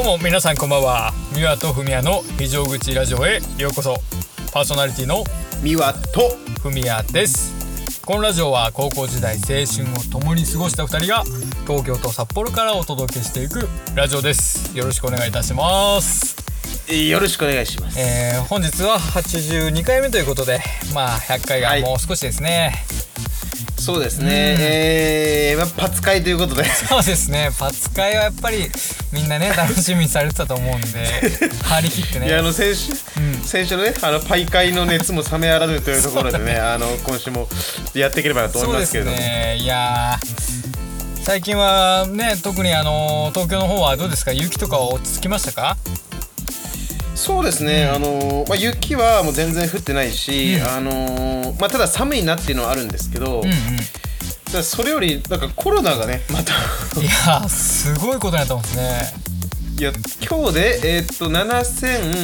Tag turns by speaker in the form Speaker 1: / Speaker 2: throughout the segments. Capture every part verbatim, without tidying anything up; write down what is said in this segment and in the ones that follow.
Speaker 1: うも皆さんこんばんは。ミワとフミヤの非常口ラジオへようこそ。パーソナリティの
Speaker 2: ミワと
Speaker 1: フミヤです。このラジオは高校時代青春を共に過ごしたふたりが東京と札幌からお届けしていくラジオです。よろしくお願いいたします。
Speaker 2: よろしくお願いします。
Speaker 1: えー、本日ははちじゅうにかいめということで、まあひゃっかいがもう少しですね、はい、
Speaker 2: そうですね、えーまあ、パツ会ということで
Speaker 1: そうですね、パツ会はやっぱりみんなね楽しみにされてたと思うんで張り切ってね。
Speaker 2: いやあの先週、うん、先週のねあのパイ会の熱も冷めやらぬというところでねあの今週もやっていければなと思いますけれども。
Speaker 1: そうですね。いや最近はね特にあの東京の方はどうですか、雪とかは落ち着きましたか？
Speaker 2: そうですね、うん、あのまあ、雪はもう全然降ってないし、うん、あのまあ、ただ寒いなっていうのはあるんですけど、うんうん、それよりなんかコロナがねまた
Speaker 1: いやすごいことになってますね。
Speaker 2: いや今日でえー、っとななせん、うん、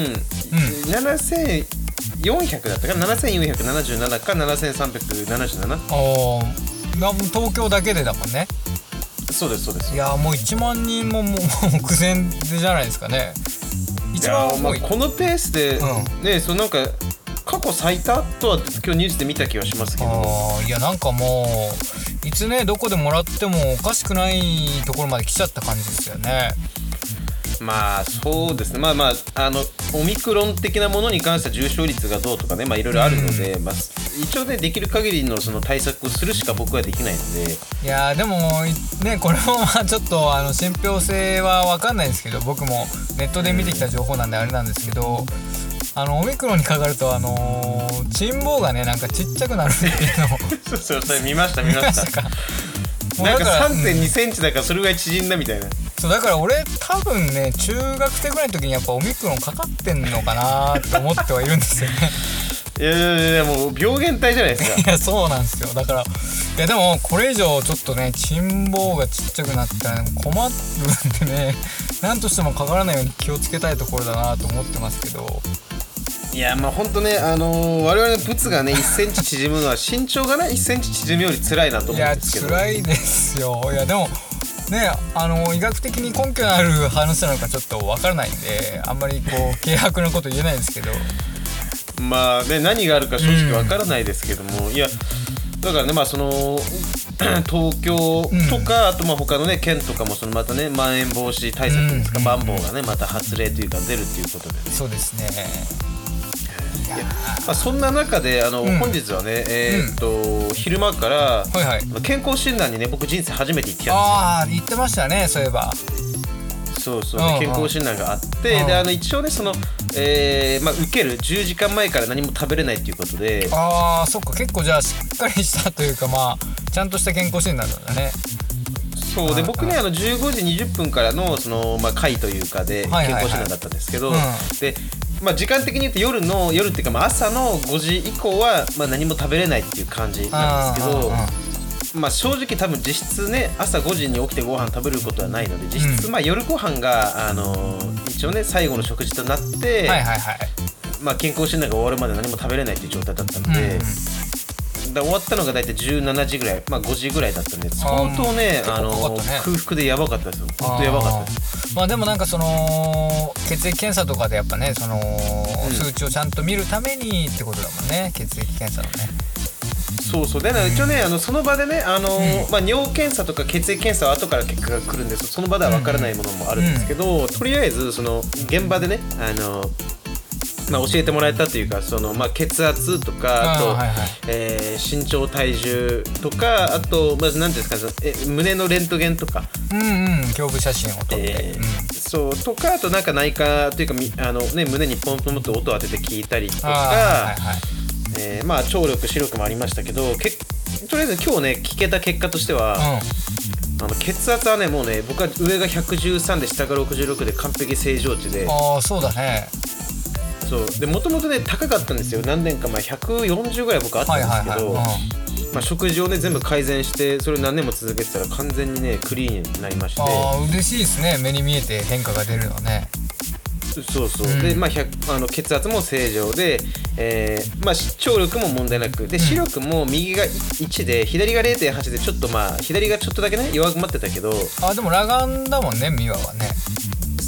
Speaker 2: ななせんよんひゃくだったかな、ななせんよんひゃくななじゅうななかななせんさんびゃくななじゅうなな。
Speaker 1: お東京だけでだもんね。
Speaker 2: そうですそうです。
Speaker 1: いやもういちまんにんももう目前じゃないですかね。
Speaker 2: いやまあこのペースで、うん、ね、そのなんか過去最多とは今日ニュースで見た気がしますけど、
Speaker 1: あいやなんかもういつねどこでもらってもおかしくないところまで来ちゃった感じですよね。
Speaker 2: まあそうですね、まあまああのオミクロン的なものに関しては重症率がどうとかね、まあいろいろあるので、うん、まあ、一応ねできる限りのその対策をするしか僕はできないので。
Speaker 1: いやでもねこれもまあちょっとあの信憑性は分かんないんですけど、僕もネットで見てきた情報なんであれなんですけど、あのオミクロンにかかるとあのー、心房がねなんかちっちゃくなるっていうのを
Speaker 2: そうそうそれ見ました見ましたなんか さんてんにセンチだからそれぐらい縮んだみたいな、うん、
Speaker 1: そうだから俺多分ね中学生ぐらいの時にやっぱオミクロンかかってんのかなと思ってはいるんですよね
Speaker 2: いやいやいやもう病原体じゃないですか。
Speaker 1: いやそうなんですよ。だからいやでもこれ以上ちょっとね心房がちっちゃくなったら困るんでね、なんとしてもかからないように気をつけたいところだなと思ってますけど。
Speaker 2: いやまあ本当ね、あのー、我々のブツがねいっセンチ縮むのは身長がねいっセンチ縮むより辛いなと思うんですけど。
Speaker 1: いや辛いですよ。いやでもねあの医学的に根拠のある話なのかちょっと分からないんであんまりこう軽薄なこと言えないんですけど
Speaker 2: まあね何があるか正直分からないですけども、うん、いやだからねまあその東京とか、うん、あとまあ他のね県とかもそのまたねまん延防止対策ですか、うん、マンボウがねまた発令というか出るっていうことで、ね、
Speaker 1: そうですね。
Speaker 2: いやまあ、そんな中であの、うん、本日はね、えーっとうん、昼間から、はいはい、健康診断にね僕人生初めて行ってきたんですよ。
Speaker 1: ああ言ってましたねそういえば。
Speaker 2: そうそう、うんうん、健康診断があって、うん、であの一応ねその、えーまあ、受けるじゅうじかんまえから何も食べれないっていうことで。
Speaker 1: ああそっか結構じゃあしっかりしたというかまあちゃんとした健康診断なんだね。
Speaker 2: そうで僕ねあのじゅうごじにじゅっぷんからのその、まあ、会というかで健康診断だったんですけど、はいはいはい、でまあ、時間的に言うと夜の夜っていうかまあ朝のごじ以降はまあ何も食べれないっていう感じなんですけど、まあ正直多分実質ね朝ごじに起きてご飯食べることはないので実質まあ夜ご飯があの一応ね最後の食事となってまあ健康診断が終わるまで何も食べれないっていう状態だったので、だ終わったのが大体じゅうしちじぐらい、まあごじぐらいだったんで相当ねあの空腹でやばかったですよ。本当やばかったです。
Speaker 1: まあでもなんかその血液検査とかでやっぱねその数値をちゃんと見るためにってことだもんね、血液検査のね。
Speaker 2: そうそうで、ね、一応ねあのその場でねあの、うんまあ、尿検査とか血液検査は後から結果が来るんですその場では分からないものもあるんですけど、うんうん、とりあえずその現場でねあのまあ、教えてもらえたというかその、まあ、血圧とかあと、はいはいえー、身長体重とかあとまず何ていうんですかえ胸のレントゲンとか
Speaker 1: うんうん胸部写真を撮って、
Speaker 2: えーうん、そうとかあとなんか内科というかあの、ね、胸にポンポンと音を当てて聞いたりとか、はいはいえーまあ、聴力視力もありましたけどけとりあえず今日ね聞けた結果としては、うん、あの血圧はねもうね僕は上がひゃくじゅうさんで下がろくじゅうろくで完璧正常値で。
Speaker 1: ああそうだね。
Speaker 2: そうでもともとね高かったんですよ何年か前ひゃくよんじゅうぐらい僕あったんですけど、はいはいはいうんまあ、食事をね全部改善してそれを何年も続けてたら完全にねクリーンになりまして。
Speaker 1: ああ嬉しいですね目に見えて変化が出るのはね。
Speaker 2: そうそう、うん、で、まあ、あの血圧も正常で、えーまあ、聴力も問題なくで視力も右がいちで左が れいてんはち でちょっとまあ左がちょっとだけね弱くなってたけど
Speaker 1: あでも裸眼だもんねミワはね。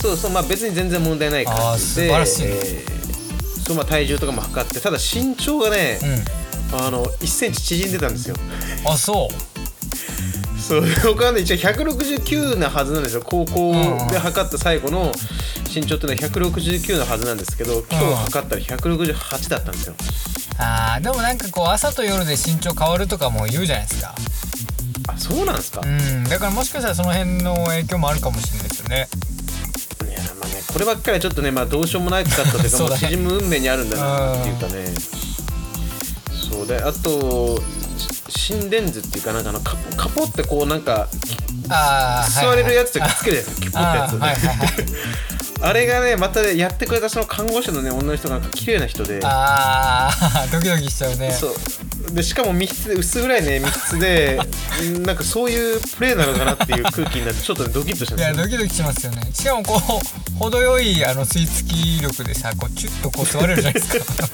Speaker 2: そうそう、まあ別に全然問題ない感じで、
Speaker 1: あー素晴らしい、
Speaker 2: えー、そうまあ体重とかも測って、ただ身長がね、うん、あのいっセンチ縮んでたんですよ。あ、
Speaker 1: そう
Speaker 2: そう僕はね一応ひゃくろくじゅうきゅうなはずなんですよ。高校で測った最後の身長っていうのはひゃくろくじゅうきゅうなはずなんですけど、今日測ったらひゃくろくじゅうはちだったんですよ。
Speaker 1: あーでもなんかこう朝と夜で身長変わるとかも言うじゃないですか。
Speaker 2: あ、そうなんですか。
Speaker 1: うん、だからもしかしたらその辺の影響もあるかもしれないですよね。
Speaker 2: いやまあね、こればっかりはちょっとね、まあ、どうしようもないかったというかもう縮む運命にあるんだなっていうかね。そうで、あと心電図っていうかなんかあのカポカポってこうなんかあ座れるやつとかつけるやつ、キュポってやつ、はいはいはい、あれがねまたやってくれたその看護師のね女の人が綺麗な人で、
Speaker 1: あードキドキしちゃうね。
Speaker 2: そうでしかも密室で薄暗いね密室でなんかそういうプレーなのかなっていう空気になってちょっと、ね、ドキッとしたんですよ。
Speaker 1: いやドキドキしますよね。しかもこう程よいあの吸い付き力でさこうチュッとこう座れるじゃないですか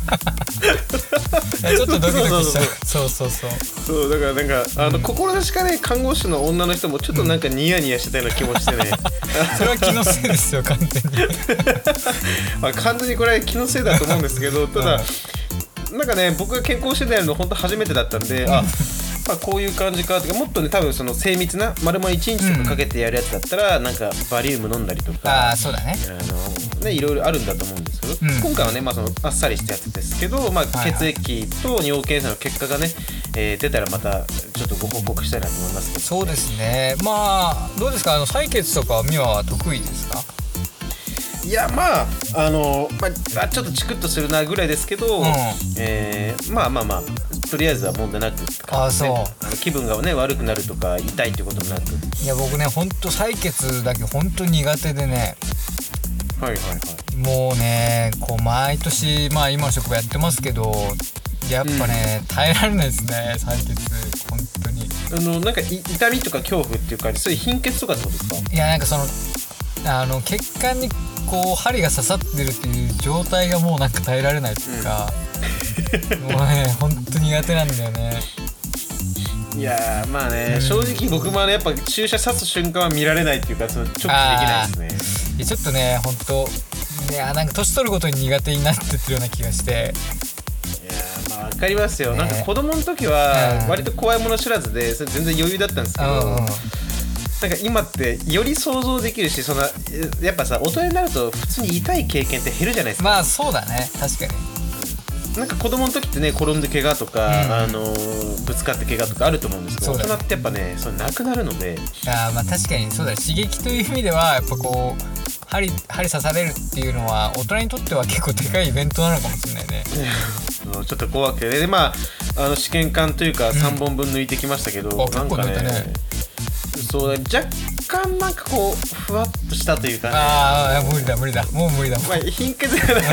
Speaker 1: いやちょっとドキドキしちゃう。そうそうそう
Speaker 2: そうだからなんかあの、うん、志かね看護師の女の人もちょっとなんかニヤニヤしてたような気もしてね、
Speaker 1: うん、それは気のせいですよ完全に
Speaker 2: まあ完全にこれは気のせいだと思うんですけど、ただ、うん、なんかね僕が健康診断やるの本当初めてだったんで、うん、あまあ、こういう感じかってもっとね多分その精密な丸々いちにちとかかけてやるやつだったら、うん、なんかバリウム飲んだりとか、
Speaker 1: あそうだね、
Speaker 2: あのねいろいろあるんだと思うんですけど、うん、今回はね、まあ、そのあっさりしたやつですけど、まあ、血液と尿検査の結果がね、えー、出たらまたちょっとご報告したいなと思いますけど、ね、
Speaker 1: そうですね。まあどうですか、あの採血とかは美和は得意ですか。
Speaker 2: いやまああの、まあ、ちょっとチクッとするなぐらいですけど、うん、えー、まあまあまあとりあえずは問題なく、ね、
Speaker 1: あそうあ
Speaker 2: の気分がね悪くなるとか痛いってこともなく。
Speaker 1: いや僕ねほんと採血だけほんと苦手でね、
Speaker 2: はいはいはい、
Speaker 1: もうねこう毎年まあ今の職場やってますけどやっぱね、うん、耐えられないですね採血本当に。
Speaker 2: あのなんか痛みとか恐怖っていうかそういう貧血とかってことですか。
Speaker 1: いやなんかそのあの血管にこう針が刺さってるっていう状態がもうなんか耐えられないっていうか、うん、もうねほんと苦手なんだよね。
Speaker 2: いやまあね、うん、正直僕も、ね、やっぱ注射刺す瞬間は見られないっていうかその直視できないですね。
Speaker 1: いやちょっとねほんといやなんか年取るごとに苦手になってってるような気がして。
Speaker 2: いやまあ分かりますよ、ね、なんか子供の時は割と怖いもの知らずでそれ全然余裕だったんですけど、うん、なんか今ってより想像できるし、そのやっぱさ大人になると普通に痛い経験って減るじゃないですか。
Speaker 1: まあそうだね確かに。
Speaker 2: なんか子供の時ってね転んで怪我とか、うん、あのぶつかって怪我とかあると思うんですけど、ね、大人ってやっぱねそれなくなるので。
Speaker 1: あまあ確かにそうだ、刺激という意味ではやっぱこう針, 針刺されるっていうのは大人にとっては結構でかいイベントなのかもしれないね
Speaker 2: ちょっと怖くてね。でまああの試験管というかさんぼんぶん抜いてきましたけど、うん、なんかねそう若干なんかこうふわっとしたというかね。
Speaker 1: ああ無理だ無理だもう無理だもん、
Speaker 2: まあ、貧血じゃない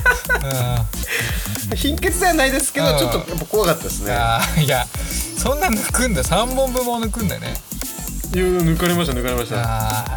Speaker 2: 貧血ではないですけどちょっとやっぱ怖かったですね。
Speaker 1: あいやそんな抜くんださんぼんぶんも抜くんだね。
Speaker 2: いや抜かれました抜かれました。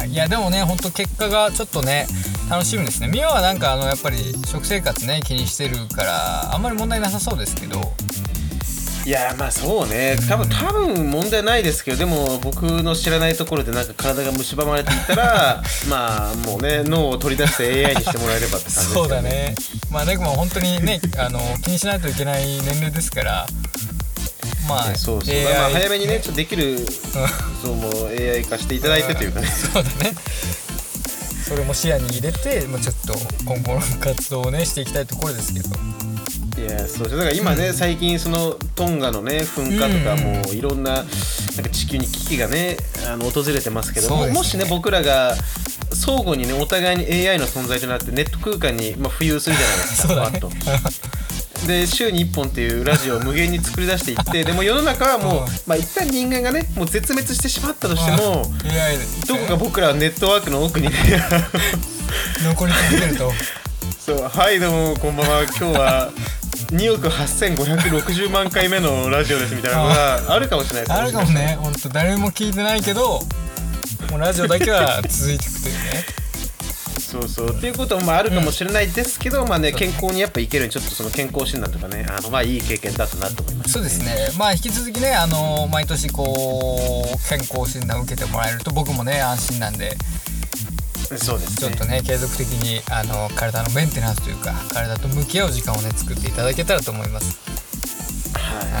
Speaker 1: あいやでもね本当結果がちょっとね楽しみですね。美和はなんかあのやっぱり食生活ね気にしてるからあんまり問題なさそうですけど。
Speaker 2: いやまあそうね多分多分問題ないですけど、でも僕の知らないところでなんか体が蝕まれていたらまあもうね脳を取り出して エーアイ にしてもらえればって感じですよね。
Speaker 1: そうだね。まあでも本当にねあの気にしないといけない年齢ですからまあ
Speaker 2: そうそう、まあ、早めにねちょっとできるそうもう エーアイ 化していただいてというかね
Speaker 1: そうだねそれも視野に入れてもうちょっと今後の活動をねしていきたいところですけど。
Speaker 2: いやそうですだから今ね、うん、最近そのトンガのね噴火とかもういろんな、なんか地球に危機がねあの訪れてますけども、ね、もしね僕らが相互にねお互いに エーアイ の存在となってネット空間にまあ浮遊するじゃないですか。
Speaker 1: そうだね
Speaker 2: で週にいっぽんっていうラジオを無限に作り出していってでも世の中はもう、まあ、一旦人間がねもう絶滅してしまったとしてもどこか僕らはネットワークの奥にね
Speaker 1: 残り続けると
Speaker 2: そうはいどうもこんばんは今日はにおくはっせんごひゃくろくじゅうまんかいめのラジオですみたいなのがあるかもしれないです。
Speaker 1: あるかもね本当誰も聞いてないけどもうラジオだけは続いていくというね
Speaker 2: そうそうっていうこともあるかもしれないですけど、うん、まあね健康にやっぱいけるようにちょっとその健康診断とかねあのまあいい経験だったなと思います、ね、
Speaker 1: そうですね。まあ引き続きねあの毎年こう健康診断を受けてもらえると僕もね安心なんで
Speaker 2: そうですね、
Speaker 1: ちょっとね継続的にあの体のメンテナンスというか体と向き合う時間をね作っていただけたらと思います。
Speaker 2: はい、
Speaker 1: はい、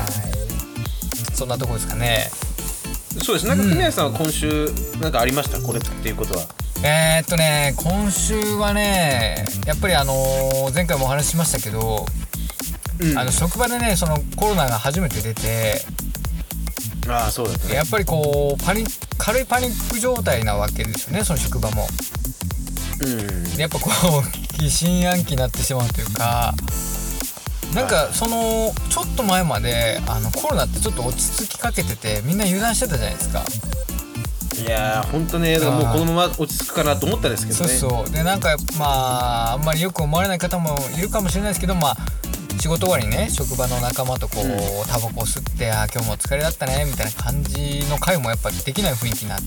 Speaker 1: そんなとこですかね。
Speaker 2: そうです。なんか文也さんは今週なんかありました、これっていうことは。
Speaker 1: えー、っとね今週はねやっぱりあのー、前回もお話ししましたけど、うん、あの職場でねそのコロナが初めて出て、
Speaker 2: ああそうだね、
Speaker 1: やっぱりこうパニ軽いパニック状態なわけですよね、その職場も。うん、でやっぱこう疑心暗鬼になってしまうというか、なんかそのちょっと前まであのコロナってちょっと落ち着きかけててみんな油断してたじゃないですか。
Speaker 2: いやーほんとね、もうこのまま落ち着くかなと思ったんですけどね。
Speaker 1: そうそうでなんかまああんまりよく思われない方もいるかもしれないですけど、まあ仕事終わりにね職場の仲間とこう、うん、タバコを吸ってあ今日もお疲れだったねみたいな感じの会もやっぱできない雰囲気になって、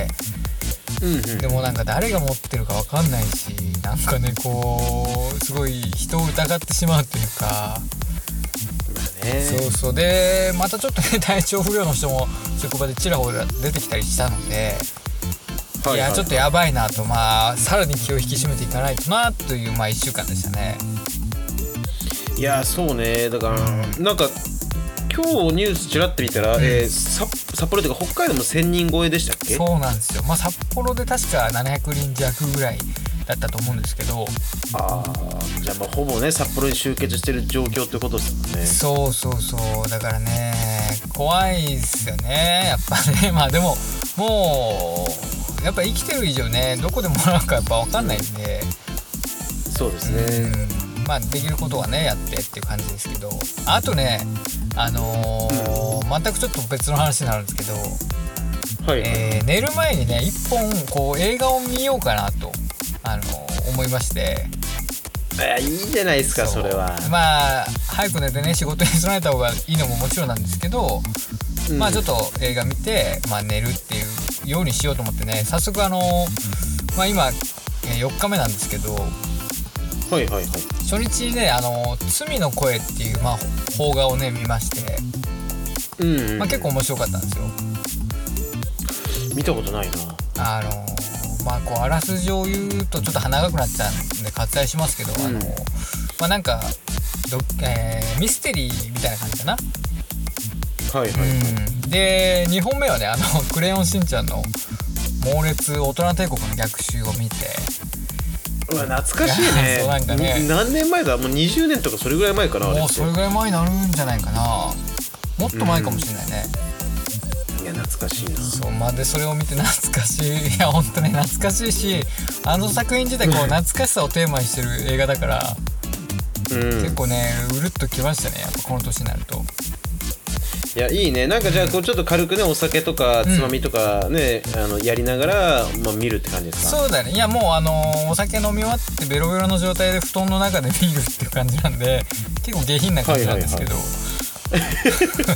Speaker 1: うんうん、でもなんか誰が持ってるか分かんないし、なんかねこうすごい人を疑ってしまうというか、ね、そうそうでまたちょっとね体調不良の人も職場でちらほら出てきたりしたので、はいはいはい、いやちょっとやばいなと、まあさらに気を引き締めていかないとなというまあいっしゅうかんでしたね。
Speaker 2: いやそうね、だから、うん、なんか今日ニュースちらって見たら、うんえー、札幌というか北海道もせんにん超えでしたっけ。
Speaker 1: そうなんですよ、まあ、札幌で確かななひゃくにん弱ぐらいだったと思うんですけど、
Speaker 2: あじゃあまあほぼね札幌に集結してる状況ってことですもんね。
Speaker 1: そうそうそうだからね怖いっすよねやっぱね。まあでももうやっぱ生きてる以上ねどこでもらうかやっぱ分かんないんで、
Speaker 2: そうですね、うん
Speaker 1: まあ、できることはねやってっていう感じですけど、あとねあのーうん、全くちょっと別の話になるんですけど、はいえー、寝る前にね一本こう映画を見ようかなと、あのー、思いまして。
Speaker 2: いいじゃないですか そ, それは。
Speaker 1: まあ早く寝てね仕事に備えた方がいいのももちろんなんですけど、うん、まあちょっと映画見て、まあ、寝るっていうようにしようと思ってね早速あのー、まあ今よっかめなんですけど、
Speaker 2: はいはいはい、
Speaker 1: 初日にねあの罪の声っていう、まあ、邦画をね見まして、うんうんまあ、結構面白かったんですよ。
Speaker 2: 見たことないな。
Speaker 1: あのまあこうあらすじを言うとちょっと長くなっちゃうんで割愛しますけど、うん、あのまあなんかど、えー、ミステリーみたいな感じかな。
Speaker 2: はいはいはい、
Speaker 1: うん、でにほんめはねあのクレヨンしんちゃんの猛烈大人帝国の逆襲を見て、
Speaker 2: うわ懐かしいね。
Speaker 1: そうなんかね
Speaker 2: 何年前だ、もうにじゅうねんとかそれぐらい前かな。
Speaker 1: もうそれぐらい前になるんじゃないかな、もっと前かもしれないね、
Speaker 2: うん、いや懐かしいな。
Speaker 1: そうまあでそれを見て懐かしい、いやほんとね懐かしいし、あの作品自体こう懐かしさをテーマにしてる映画だから、うん、結構ねうるっときましたねやっぱこの年になると。
Speaker 2: いやいいね、なんかじゃあこうちょっと軽くねお酒とかつまみとかね、うん、あのやりながら、まあ、見るって感じですか。
Speaker 1: そうだね、いやもうあのー、お酒飲み終わってベロベロの状態で布団の中で見るっていう感じなんで結構下品な感じなんですけど、はいはいはい、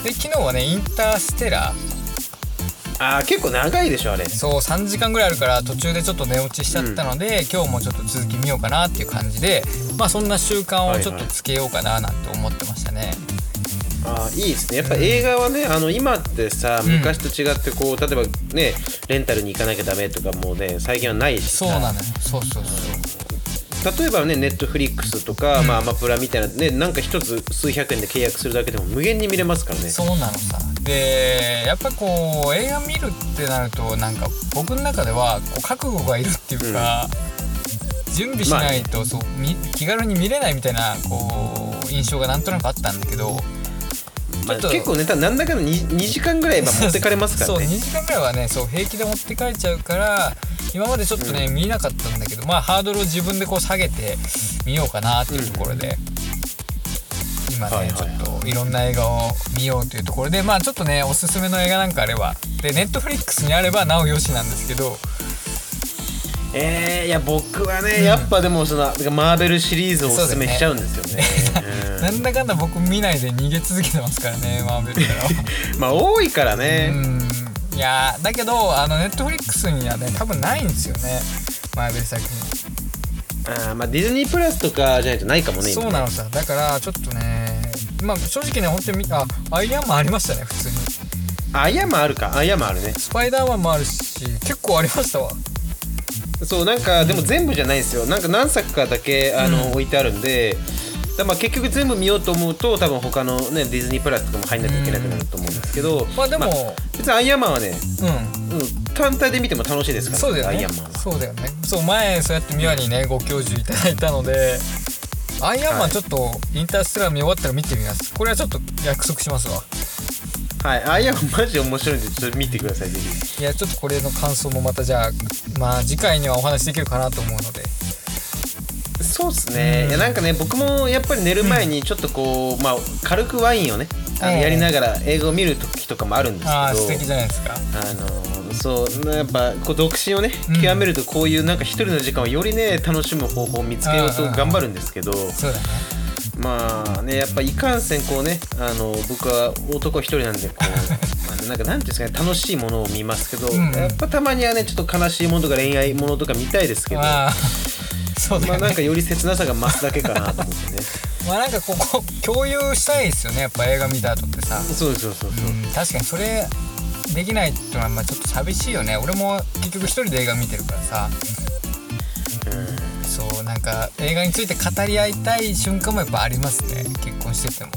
Speaker 1: で昨日はねインターステラー、
Speaker 2: あー結構長いでしょあれ。
Speaker 1: そうさんじかんぐらいあるから途中でちょっと寝落ちしちゃったので、うん、今日もちょっと続き見ようかなっていう感じで、まあそんな習慣をちょっとつけようかななんて思ってましたね。はいはい、
Speaker 2: あいいですね。やっぱ映画はね、うん、あの今ってさ昔と違ってこう、うん、例えばねレンタルに行かなきゃダメとかもうね最近はないしさ。
Speaker 1: そうなのよ。そうそうそう。
Speaker 2: 例えばねネットフリックスとか、うんまあ、アマプラみたいなねなんか一つ数百円で契約するだけでも無限に見れますからね。
Speaker 1: そうなのさ。でやっぱこう映画見るってなるとなんか僕の中ではこう覚悟がいるっていうか、うん、準備しないと、まあ、そう気軽に見れないみたいなこう印象がなんとなくあったんだけど。
Speaker 2: まあ、結構ねなんだかんだ 2, 2時間ぐらいは持ってかれますからね。
Speaker 1: そうにじかんぐらいはねそう平気で持ってかれちゃうから今までちょっとね、うん、見なかったんだけどまあハードルを自分でこう下げてみようかなっていうところで、うん、今ね、はいはいはい、ちょっといろんな映画を見ようというところでまあちょっとねおすすめの映画なんかあればでネットフリックスにあればなおよしなんですけど、
Speaker 2: えー、いや僕はね、うん、やっぱでもそのマーベルシリーズをおすすめしちゃうんですよね。
Speaker 1: なんだかんだ僕見ないで逃げ続けてますからねマーベルから
Speaker 2: まあ多いからね。
Speaker 1: うんいやだけどあのネットフリックスにはね多分ないんですよねマーベル作
Speaker 2: 品。あまあディズニープラスとかじゃないとないかもね。
Speaker 1: そうなのさ。だからちょっとねまあ正直ね本当にあアイアンマンありましたね普通に。
Speaker 2: アイアンマンあるかアイアンマンあるね。
Speaker 1: スパイダーマンもあるし結構ありましたわ。
Speaker 2: そうなんかでも全部じゃないんですよ。なんか何作かだけあの、うん、置いてあるんで、だまあ結局全部見ようと思うと多分他のねディズニープラスとかも入んなきゃいけなくなると思うんですけど、
Speaker 1: まあでも、まあ、
Speaker 2: 別にアイアンマンはね、うん、うん、単体で見ても楽しいですから、
Speaker 1: そうだよね、
Speaker 2: アイアンマンは。
Speaker 1: そうだよね。そう前そうやってミワにねご教授いただいたので、アイアンマンちょっとインターステラー見終わったら見てみます。これはちょっと約束しますわ。
Speaker 2: はい、アイアンマンマジ面白いんでちょっと見てくださいぜひ。
Speaker 1: いやちょっとこれの感想もまたじゃあまあ次回にはお話できるかなと思うので。
Speaker 2: そうですね、うん、いやなんかね僕もやっぱり寝る前にちょっとこう、うん、まあ軽くワインをねあのやりながら映画を見る時とかもあるんですけど、
Speaker 1: あ素敵じゃないですか。
Speaker 2: あのそうやっぱこう独身をね極めるとこういうなんか一人の時間をよりね楽しむ方法を見つけようと頑張るんですけど、
Speaker 1: そうだね。
Speaker 2: まあねやっぱいかんせんこうねあの僕は男一人なんでこうなんかなんていうんですかね楽しいものを見ますけど、うん、やっぱたまにはねちょっと悲しいものとか恋愛ものとか見たいですけど、そうだね、まあなんかより切なさが増すだけかなと思ってね
Speaker 1: まあなんかここ共有したいですよねやっぱ映画見た後ってさ。
Speaker 2: そうそうそうそう、うん、
Speaker 1: 確かにそれできないっていうのはまあちょっと寂しいよね。俺も結局一人で映画見てるからさ、うん、そうなんか映画について語り合いたい瞬間もやっぱありますね結婚してても。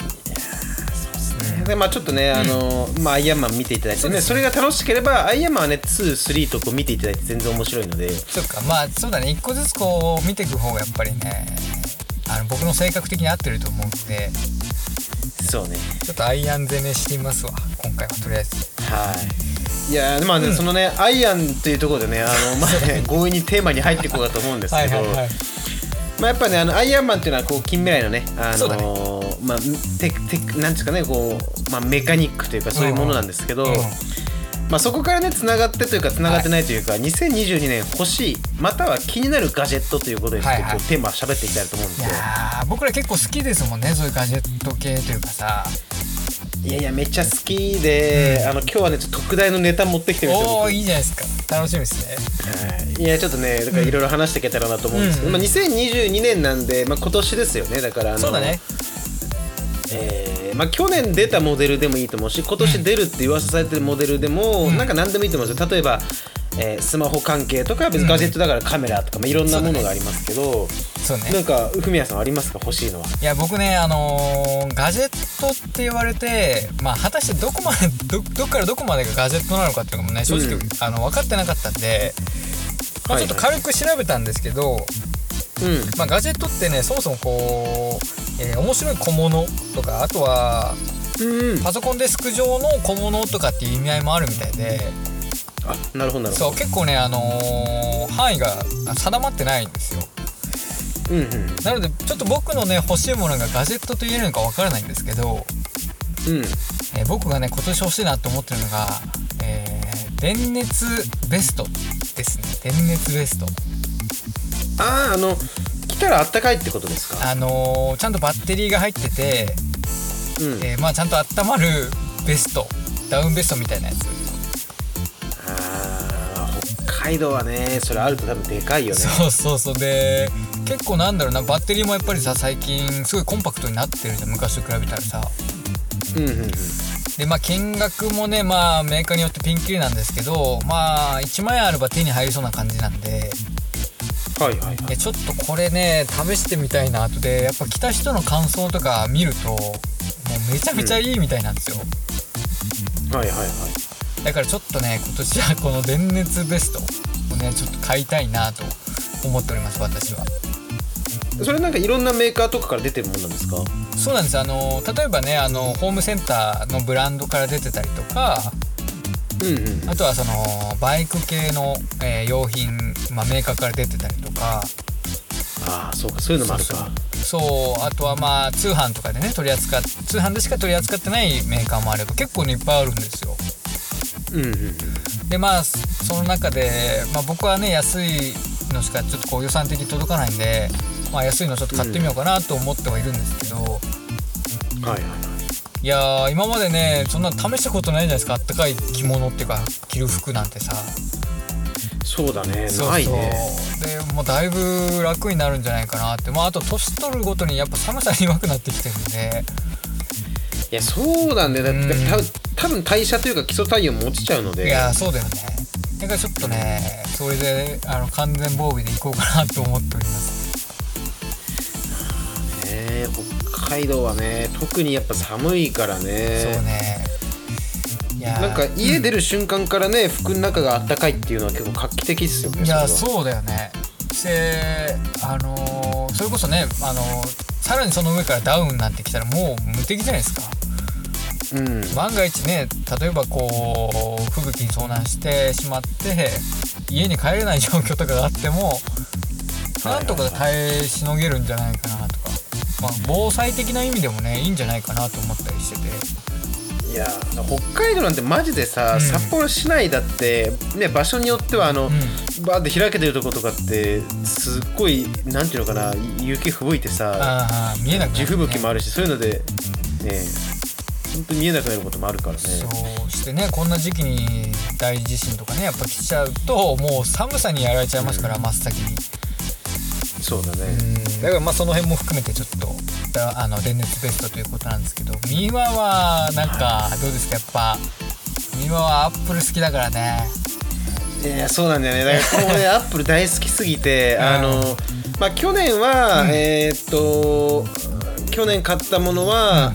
Speaker 2: でまあちょっとね、うん、あのまあアイアンマン見ていただいてね、それが楽しければアイアンマンはねに、さんとこう見ていただいて全然面白いので。
Speaker 1: そっかまあそうだね一個ずつこう見ていく方がやっぱりねあの僕の性格的に合ってると思うので。
Speaker 2: そうね
Speaker 1: ちょっとアイアン攻めしてみますわ今回はとりあえず。
Speaker 2: はいいやまあね、うん、そのねアイアンというところでねあのまあね強引にテーマに入っていこうかと思うんですけどはいはい、はいまあ、やっぱねあのアイアンマンっていうのはこう近未来のねあのー、まあテテなんですかねこう、まあ、メカニックというかそういうものなんですけど、うんうんまあ、そこからねつながってというかつながってないというか、はい、にせんにじゅうにねん欲しいまたは気になるガジェットということで、はいはい、こうテーマ喋っていきたいと思うんですよ。い
Speaker 1: や僕ら結構好きですもんねそういうガジェット系というかさ。
Speaker 2: いやいやめっちゃ好きで、うん、あの今日はねちょっと特大のネタ持ってきてるんですよ。
Speaker 1: おーいいじゃないですか楽しみですね。
Speaker 2: はいいやちょっとねだからいろいろ話していけたらなと思うんですけど、うんまあ、にせんにじゅうにねんなんで、まあ、今年ですよね。だからあの
Speaker 1: そうだね
Speaker 2: えーまあ、去年出たモデルでもいいと思うし今年出るって噂されてるモデルでも、うん、なんか何でもいいと思うんですよ。例えば、えー、スマホ関係とか別にガジェットだからカメラとか、まあ、いろんなものがありますけど、そうね、なんかフミヤさんありますか欲しいのは。
Speaker 1: いや僕ねあのー、ガジェットって言われてまあ果たしてどこまで ど, どっからどこまでがガジェットなのかっていうのもね正直、うん、あの分かってなかったんで、まあ、ちょっと軽く調べたんですけど、はいはいうんまあ、ガジェットってねそもそもこう、えー、面白い小物とかあとは、うん、パソコンデスク上の小物とかっていう意味合いもあるみたいで。
Speaker 2: あなるほどなるほど。
Speaker 1: そう結構ね、あのー、範囲が定まってないんですよ。うんうん、なのでちょっと僕のね欲しいものがガジェットと言えるのかわからないんですけど、うんえー、僕がね今年欲しいなと思ってるのが、えー、電熱ベストですね。電熱ベスト。
Speaker 2: あああの来たらあったかいってことですか。
Speaker 1: あのー、ちゃんとバッテリーが入ってて、うんえー、まあちゃんと温まるベストダウンベストみたいなやつ。
Speaker 2: あ北海道はねそれあると多分でかいよね。
Speaker 1: そうそうそうで結構なんだろうなバッテリーもやっぱりさ最近すごいコンパクトになってるじゃん昔と比べたらさ。うんうんうんでまあ金額もねまあメーカーによってピンキリなんですけどまあいちまんえんあれば手に入りそうな感じなんで。はいはいはい、ちょっとこれね試してみたいなとでやっぱ来た人の感想とか見るともうめちゃめちゃいいみたいなんですよ、うん、はいはいはいだからちょっとね今年はこの電熱ベストをねちょっと買いたいなと思っております私は。
Speaker 2: それなんかいろんなメーカーとかから出てるもんなんですか。
Speaker 1: そうなんです。あの例えばねあのホームセンターのブランドから出てたりとかうんうん、あとはそのバイク系の、えー、用品、まあ、メーカーから出てたりとか。
Speaker 2: ああそうかそういうのもあるか。
Speaker 1: そうそうあとはまあ通販とかでね取り扱っ通販でしか取り扱ってないメーカーもあれば結構ねいっぱいあるんですよ。うんうんうん、でまあその中で、まあ、僕はね安いのしかちょっとこう予算的に届かないんで、まあ、安いのちょっと買ってみようかなと思ってはいるんですけど、うん、はいはいいや今までねそんな試したことないじゃないですか。あったかい着物っていうか着る服なんてさ。
Speaker 2: そうだねそうそうないね。
Speaker 1: でもうだいぶ楽になるんじゃないかなって。まああと年取るごとにやっぱ寒さに弱くなってきてるんで。
Speaker 2: いやそうなんだよだって、うん、多分代謝というか基礎体温も落ちちゃうので。
Speaker 1: いやそうだよねだからちょっとねそれであの完全防備でいこうかなと思っております。
Speaker 2: ね、北海道はね特にやっぱ寒いからね。
Speaker 1: そうね。いや
Speaker 2: なんか家出る瞬間からね、うん、服の中があったかいっていうのは結構画期的っすよね。
Speaker 1: いやそうだよね。であのー、それこそね、あのー、さらにその上からダウンなんてきたらもう無敵じゃないですか。うん、万が一ね例えばこう吹雪に遭難してしまって家に帰れない状況とかがあってもなんとか耐えしのげるんじゃないかなとか、まあ、防災的な意味でもねいいんじゃないかなと思ったりしてて。
Speaker 2: いや北海道なんてマジでさ、うん、札幌市内だって、ね、場所によってはあの、うん、バーって開けてるとことかってすっごいなんていうのかな雪吹雪いてさ
Speaker 1: あ見えなくなる、ね、
Speaker 2: 地吹雪もあるしそういうのでね本当に見えなくなることもあるからね。
Speaker 1: そうしてねこんな時期に大地震とかねやっぱ来ちゃうともう寒さにやられちゃいますから、うん、真っ先に。
Speaker 2: そうだね。
Speaker 1: うんだからまあその辺も含めてちょっとあの電熱ベストということなんですけど、ミワはなんかどうですか。やっぱミワはアップル好きだからね。
Speaker 2: いやそうなんだよね。だからこのねアップル大好きすぎて、うん、あのまあ去年は、うん、えー、っと去年買ったものは、うん、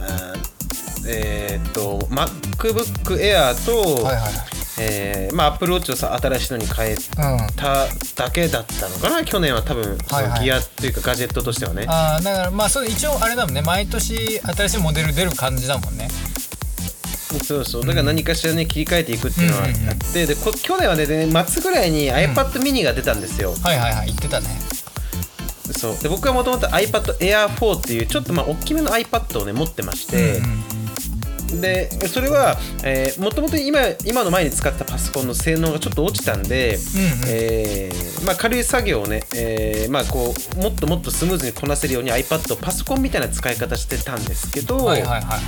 Speaker 2: えー、っと MacBook Air と、はいはいはいえー、まあ Apple Watch をさ新しいのに変えただけだったのかな、うん、去年は多分そのギアっていうかガジェットとしてはね、はいはい、
Speaker 1: あだからまあそれ一応あれだもんね毎年新しいモデル出る感じだもんね。
Speaker 2: そうそうだから何かしらね切り替えていくっていうのはあって、うんうんうん、でこ去年はね末ぐらいに iPad mini が出たんですよ、
Speaker 1: うん、はいはいはい言ってたね。
Speaker 2: そうで僕はもともと iPad Air フォーっていうちょっとまあ大きめの iPad をね持ってまして、うんうんでそれは、えー、もともと 今, 今の前に使ったパソコンの性能がちょっと落ちたんで、うんうんえーまあ、軽い作業をね、えーまあ、こうもっともっとスムーズにこなせるように iPad をパソコンみたいな使い方してたんですけど、はいはいはいはい、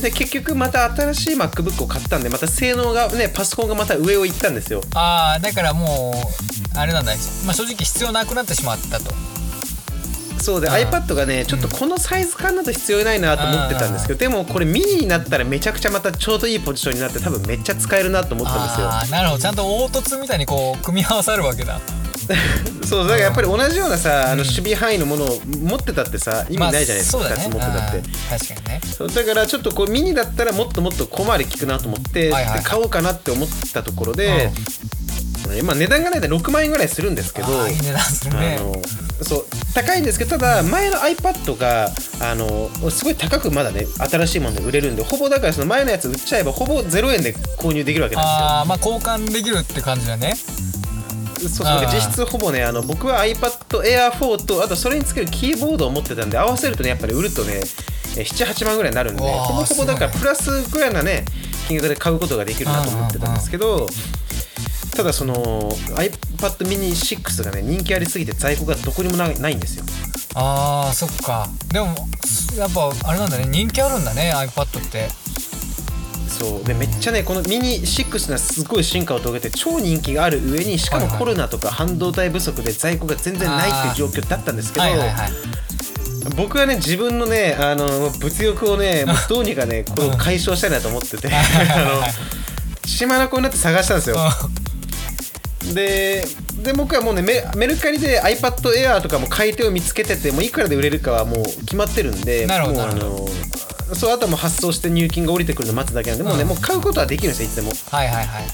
Speaker 2: で結局また新しい MacBook を買ったんでまた性能がねパソコンがまた上を行ったんですよ。
Speaker 1: ああだからもうあれなんだ、まあ、正直必要なくなってしまったと。
Speaker 2: そうで iPad がねちょっとこのサイズ感だと必要ないなと思ってたんですけど、でもこれミニになったらめちゃくちゃまたちょうどいいポジションになって多分めっちゃ使えるなと思ったんですよ。
Speaker 1: あなるほどちゃんと凹凸みたいにこう組み合わさるわけだ
Speaker 2: そうだからやっぱり同じようなさ、あの守備範囲のものを持ってたってさ意味ないじゃないですか、まあ、ふたつ持ってたって
Speaker 1: 確かにね。
Speaker 2: そうだからちょっとこうミニだったらもっともっと小回り効くなと思って、はいはいはい、で買おうかなって思ったところで、うんまあ、値段がねろくまんえんぐらいするんですけど、
Speaker 1: あいい値段するね。
Speaker 2: あのそう高いんですけどただ前の iPad があのすごい高くまだね新しいもので売れるんでほぼだからその前のやつ売っちゃえばほぼゼロえんで購入できるわけなんですよ。
Speaker 1: あまあ交換できるって感じだね。
Speaker 2: そうそう実質ほぼねあの僕は iPad Air フォーとあとそれにつけるキーボードを持ってたんで合わせるとねやっぱり売るとねななはちまんぐらいになるんでほぼほぼだからプラスぐらいなね金額で買うことができるなと思ってたんですけど、ただその iPad mini シックスがね人気ありすぎて在庫がどこにもな い, ないんですよ。
Speaker 1: あーそっか。でもやっぱあれなんだね人気あるんだね iPad って。
Speaker 2: そうでめっちゃねこのミニシックスがすごい進化を遂げて超人気がある上にしかもコロナとか半導体不足で在庫が全然ないっていう状況だったんですけど、はいはいはい、僕はね自分のねあの物欲をねもうどうにかねこれを解消したいなと思っててあの血眼になって探したんですよ。で, で僕はもうね メ, メルカリで iPad Air とかも買い手を見つけててもういくらで売れるかはもう決まってるんで、
Speaker 1: なるほど
Speaker 2: もうあのそうあとはもう発送して入金が降りてくるの待つだけなんで、うん、もうねもう買うことはできるんですよいつでも。
Speaker 1: はいはいはい。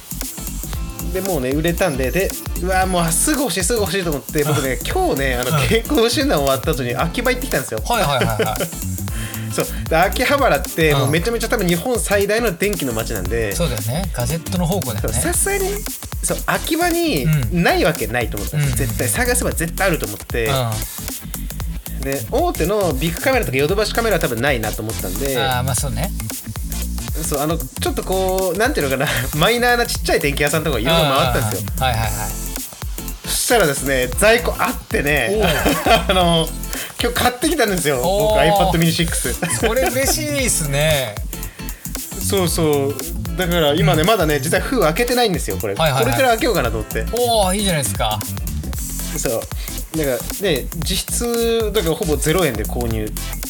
Speaker 2: でもうね売れたんででうわもうすぐ欲しいすぐ欲しいと思って僕ね今日ねあの健康診断終わった後に秋葉行ってきたんですよ。
Speaker 1: はいはいはいはい。
Speaker 2: そうで秋葉原ってもうめちゃめちゃ多分日本最大の電気の街なんで、
Speaker 1: うん、そうだよねガジェットの宝庫だよね。
Speaker 2: さすがにそう秋葉にないわけないと思ったんですよ、うん、絶対探せば絶対あると思って、うん、で大手のビッグカメラとかヨドバシカメラは多分ないなと思ったんで、
Speaker 1: あまあそうね
Speaker 2: そうあのちょっとこうなんていうのかなマイナーなちっちゃい電気屋さんとかいろいろ回ったんですよ。
Speaker 1: はいはいはい。
Speaker 2: そしたらですね在庫あってねあの今日買ってきたんですよ僕 iPad mini シックス。
Speaker 1: それ嬉しいですね。
Speaker 2: そうそうだから今ね、うん、まだね実は封開けてないんですよこれ、はいはいはい、これから開けようかなと思って。
Speaker 1: おおいいじゃないですか。
Speaker 2: そうだからね実質だからほぼゼロえんで購入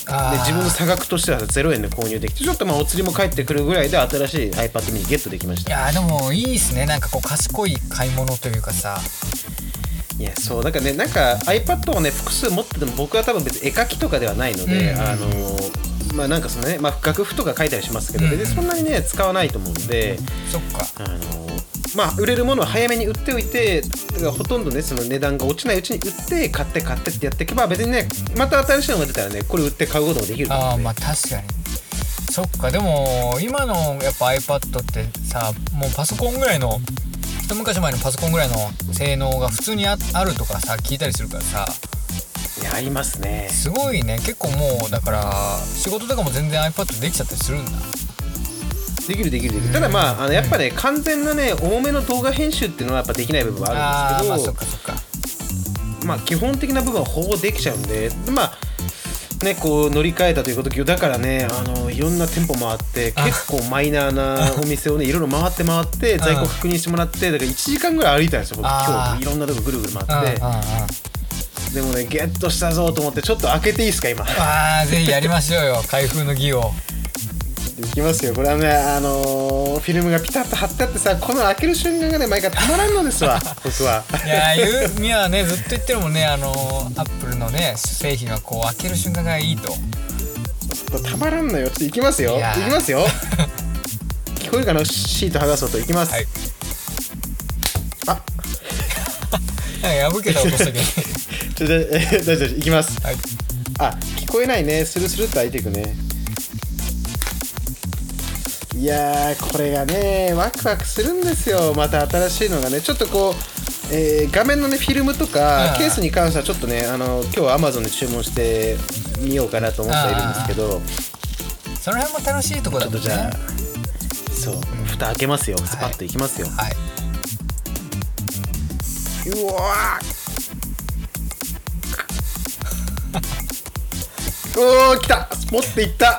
Speaker 2: で自分の差額としてはゼロえんで購入できて、ちょっとまあお釣りも返ってくるぐらいで新しい iPad mini ゲットできました。
Speaker 1: いやでもいいっすね、なんかこう賢い買い物というかさ。
Speaker 2: いやそうだからね、なんか iPad をね複数持ってても僕は多分別に絵描きとかではないので、うん、あのまあなんかそのね、まあ、楽譜とか書いたりしますけど、うん、別にそんなにね使わないと思うんで、
Speaker 1: そっか、
Speaker 2: あのまあ売れるものは早めに売っておいて、だからほとんどねその値段が落ちないうちに売って買って買ってってやっていけば、別にねまた新しいのが出たらねこれ売って買うこともできると思うんで。
Speaker 1: ああまあ確かにそっか。でも今のやっぱ iPad ってさ、もうパソコンぐらいの一昔前のパソコンぐらいの性能が普通に あ, あるとかさ聞いたりするからさ。
Speaker 2: いやありますね。
Speaker 1: すごいね。結構もうだから仕事とかも全然 iPad できちゃったりするんだ。
Speaker 2: できるできるできる。ただまあ、あのやっぱね、うん、完全なね多めの動画編集っていうのはやっぱできない部分はあるんですけど、
Speaker 1: あまあそっかそっか。
Speaker 2: まあ基本的な部分はほぼできちゃうんで、まあねこう乗り換えたということだからね、あのいろんな店舗回って結構マイナーなお店をねいろいろ回って回って在庫確認してもらって、だからいちじかんぐらい歩いたんですよ僕今日。いろんなとこぐるぐる回って。でもねゲットしたぞと思って、ちょっと開けていいですか今。
Speaker 1: ああぜひやりましょうよ開封の儀を。
Speaker 2: いきますよ。これはね、あのー、フィルムがピタッと貼ってあってさ、この開ける瞬間がね毎回たまらんのですわ僕は。
Speaker 1: いやゆうみはねずっと言ってるもんね、あのー、アップルのね製品がこう開ける瞬間がいいと。
Speaker 2: たまらんのよ。ちょっといきますよ。いきますよ聞こえるかな、シート剥がそうと。いきます、はい、あ
Speaker 1: 破けた音したけど
Speaker 2: ちょ大丈夫いきます、
Speaker 1: はい、
Speaker 2: あ聞こえないね。スルスルっと開いていくね。いやーこれがねワクワクするんですよ。また新しいのがねちょっとこう、えー、画面のねフィルムとかケースに関してはちょっとねあの今日は Amazon で注文してみようかなと思っているんですけど、
Speaker 1: その辺も楽しいところだもんね。
Speaker 2: ちょっとじゃあそう蓋開けますよ。スパッといきますよ。
Speaker 1: はい、はい、
Speaker 2: うわーおー来た持っていった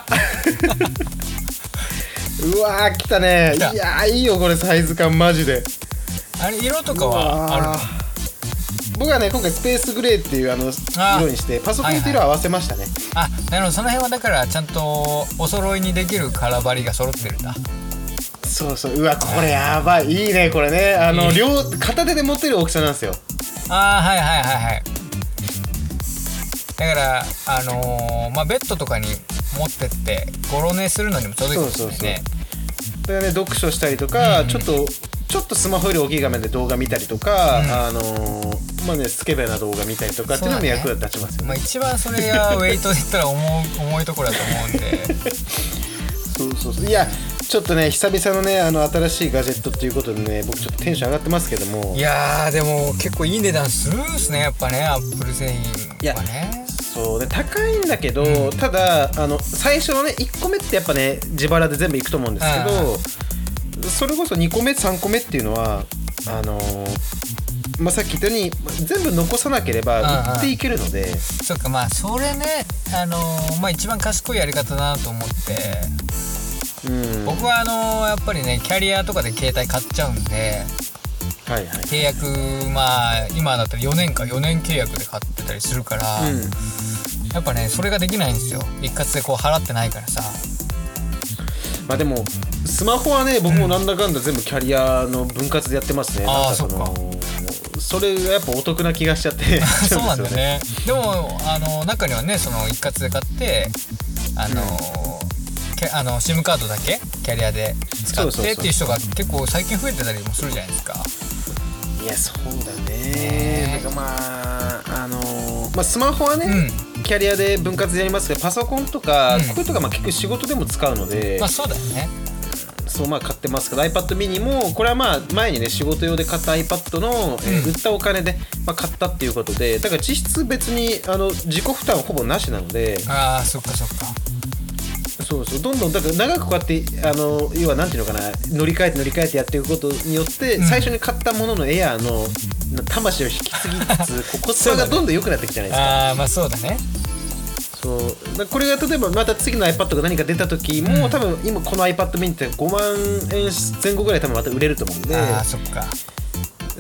Speaker 2: うわー来たね。いやーいいよこれサイズ感マジで。
Speaker 1: あれ色とかはあるの？
Speaker 2: 僕はね今回スペースグレーっていうあの色にしてパソコンと色合わせましたね。
Speaker 1: はいはい、あなるほど。その辺はだからちゃんとお揃いにできるカラーバリが揃ってるんだ。
Speaker 2: そうそう。うわこれやばい。いいねこれね。あの両片手で持てる大きさなんですよ。
Speaker 1: ああはいはいはいはい。だからあのー、まあベッドとかに持ってってゴロ寝するのにもちょうどいいですね。そうそうそう。
Speaker 2: それはね読書したりとか、うんうん、ちょっとちょっとスマホより大きい画面で動画見たりとか、うん、あのー、まあねスケベな動画見たりとかっていうのも役立ちますよね。
Speaker 1: まあ、一番それがウェイトで言ったら重い重いところだと思うんで
Speaker 2: そうそうそう。いやちょっとね久々のねあの新しいガジェットっていうことでね僕ちょっとテンション上がってますけども。
Speaker 1: いやーでも結構いい値段するんですねやっぱねアップル製品はね。
Speaker 2: そうで高いんだけど、うん、ただあの最初のねいっこめってやっぱね自腹で全部いくと思うんですけど、それこそにこめさんこめっていうのはあのーまあ、さっき言ったように全部残さなければ売っていけるので。
Speaker 1: そっかまあそれねあのー、まあ一番賢いやり方だなと思って、うん、僕はあのー、やっぱりねキャリアとかで携帯買っちゃうんで、はいはい、契約まあ今だったらよねんかよねん契約で買ってたりするから、うん、やっぱねそれができないんですよ一括でこう払ってないからさ。
Speaker 2: まあでもスマホはね僕もなんだかんだ全部キャリアの分割でやってますね、うん、なんかそのそれがやっぱお得な気がしちゃって
Speaker 1: そうなんだよね。でもあの中にはねその一括で買ってあの、うん、あの SIM カードだけキャリアで使ってっていう人が結構最近増えてたりもするじゃないですか。
Speaker 2: いやそうだね。だからまああのー、まあスマホはね、うん、キャリアで分割でやりますけどパソコンとか、うん、こういうとかまあ結局仕事でも使うので、
Speaker 1: まあそうだよね。
Speaker 2: そうまあ買ってますけど iPad mini もこれはまあ前にね仕事用で買った iPad の、うんえー、売ったお金で、まあ、買ったっていうことでだから実質別にあの自己負担ほぼなしなので。
Speaker 1: ああそっかそっか。
Speaker 2: そうそうどんどんだから長くこうやってあの要はなんていうのかな乗り換えて乗り換えてやっていくことによって、うん、最初に買ったもののエアーの魂を引き継ぎつつコスパがどんどん良くなってきてないですか。
Speaker 1: ああまあそうだね。
Speaker 2: そうだこれが例えばまた次の iPad が何か出た時も、うん、多分今この iPad mini ってごまんえん前後ぐらい多分また売れると思うんで。
Speaker 1: ああそっか。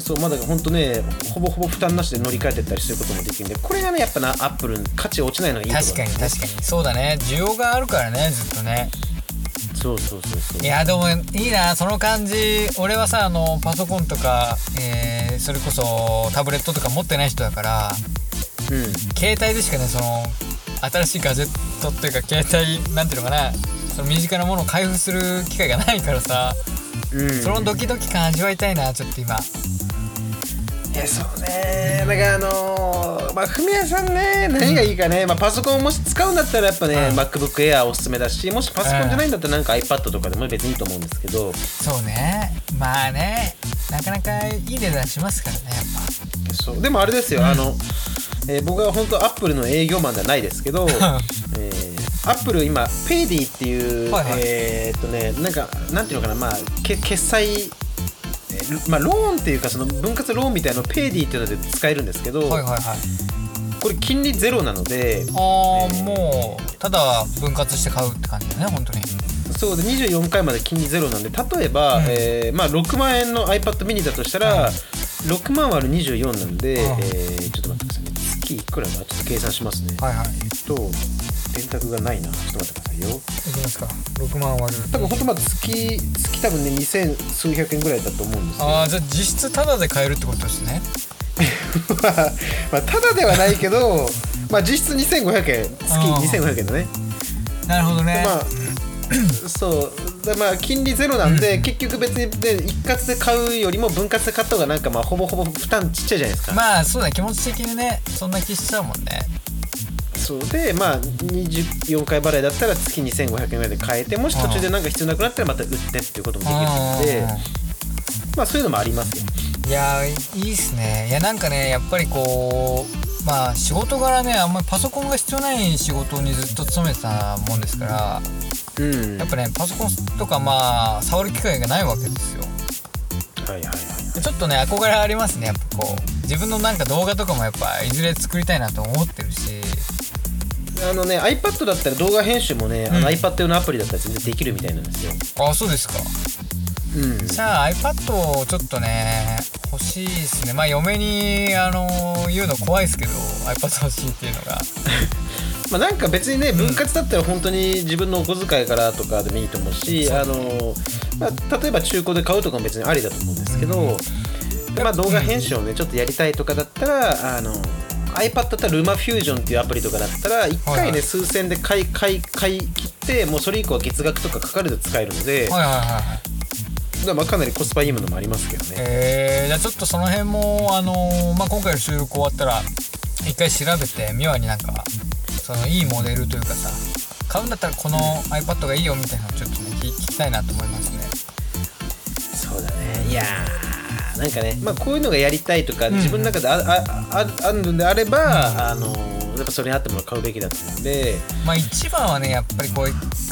Speaker 2: そうまだ本当ねほぼほぼ負担なしで乗り換えてったりすることもできるんで、これがねやっぱなアップル価値落ちないのがいいところ、
Speaker 1: 確かに確かにそうだね、需要があるからねずっとね。
Speaker 2: そうそうそうそう。
Speaker 1: いやでもいいなその感じ。俺はさあのパソコンとか、えー、それこそタブレットとか持ってない人だから、うん、携帯でしかねその新しいガジェットっていうか携帯なんていうのかな、その身近なものを開封する機会がないからさ、うん、そのドキドキ感味わいたいなちょっと今。
Speaker 2: いやそうね、だからあのー、まあフミヤさんね何がいいかね、うんまあ、パソコンをもし使うんだったらやっぱね、うん、MacBook Air おすすめだし、もしパソコンじゃないんだったらなんか iPad とかでも別にいいと思うんですけど、
Speaker 1: そうねまあねなかなかいい値段しますからねやっ
Speaker 2: ぱ。そうでもあれですよ、うん、あの、えー、僕は本当 Apple の営業マンではないですけど、えー、Apple 今 Payday っていう、はいはい、えー、っとねなんかなんていうのかな、まあけ決済まあ、ローンっていうかその分割ローンみたいなのをペイディっていうので使えるんですけど、はいはいはい、これ金利ゼロなので、
Speaker 1: あー、えー、もうただ分割して買うって感じだね本当に。
Speaker 2: そうでにじゅうよんかいまで金利ゼロなんで、例えば、うんえーまあ、ろくまん円の iPad mini だとしたら、うん、ろくまん割るにじゅうよんなんで、うんえー、ちょっと待ってくださいね、月いくらだちょっと計算しますね、はいはい、えっと電卓がないな、ちょっと待ってくださいよ。い
Speaker 1: きますか。ろくまん割る
Speaker 2: 多分本当まあ月月多分ねにせん数百円ぐらいだと思うんですよ。
Speaker 1: ああじゃあ実質タダで買えるってことですね。
Speaker 2: まあ、まあタダではないけどまあ実質にせんごひゃくえん、月にせんごひゃくえんだね。
Speaker 1: なるほどね。
Speaker 2: まあそうでまあ金利ゼロなんで、うん、結局別に、ね、一括で買うよりも分割で買った方がなんかまあほぼほぼ負担ちっちゃいじゃないですか。
Speaker 1: まあそうだ気持ち的にねそんな気しちゃうもんね。
Speaker 2: そうでまあにじゅうよんかい払いだったら月にせんごひゃくえんぐらいで買えて、もし途中でなんか必要なくなったらまた売ってっていうこともできるので、まあそういうのもありますよ。
Speaker 1: いやいいっすね。いやなんかねやっぱりこうまあ仕事柄ねあんまりパソコンが必要ない仕事にずっと勤めてたもんですから、うん、やっぱねパソコンとかまあ触る機会がないわけですよ。はいはいはい、ちょっとね憧れありますね。やっぱこう自分のなんか動画とかもやっぱいずれ作りたいなと思ってるし、
Speaker 2: あのね iPad だったら動画編集もね、うん、あの iPad 用のアプリだったら全然できるみたいなんですよ。
Speaker 1: あそうですか。うん、じゃあ iPad をちょっとね欲しいですね。まあ嫁にあの言うの怖いですけど iPad 欲しいっていうのが
Speaker 2: まあなんか別にね分割だったら本当に自分のお小遣いからとかでもいいと思うし、うん、あのまあ、例えば中古で買うとかも別にありだと思うんですけど、うん、でまあ、動画編集をねちょっとやりたいとかだったらあの iPad だったら LumaFusion っていうアプリとかだったらいっかいね、はいはい、数千で買い買い買い切ってもうそれ以降は月額とかかかると使えるので、はいはいはいはい、まあかなりコスパいいものもありますけどね。
Speaker 1: えー、じゃあちょっとその辺も、あのーまあ、今回の収録終わったら一回調べてミワになんかそのいいモデルというかさ買うんだったらこの iPad がいいよみたいなのをちょっとね聞きたいなと思いますね。
Speaker 2: そうだね。いやーなんかね、まあ、こういうのがやりたいとか、うん、自分の中で あ, あ, あ, あるのであれば、うん、あのやっぱそれに合ったものを買うべきだと思うんで、
Speaker 1: まあ一番はねやっぱりこう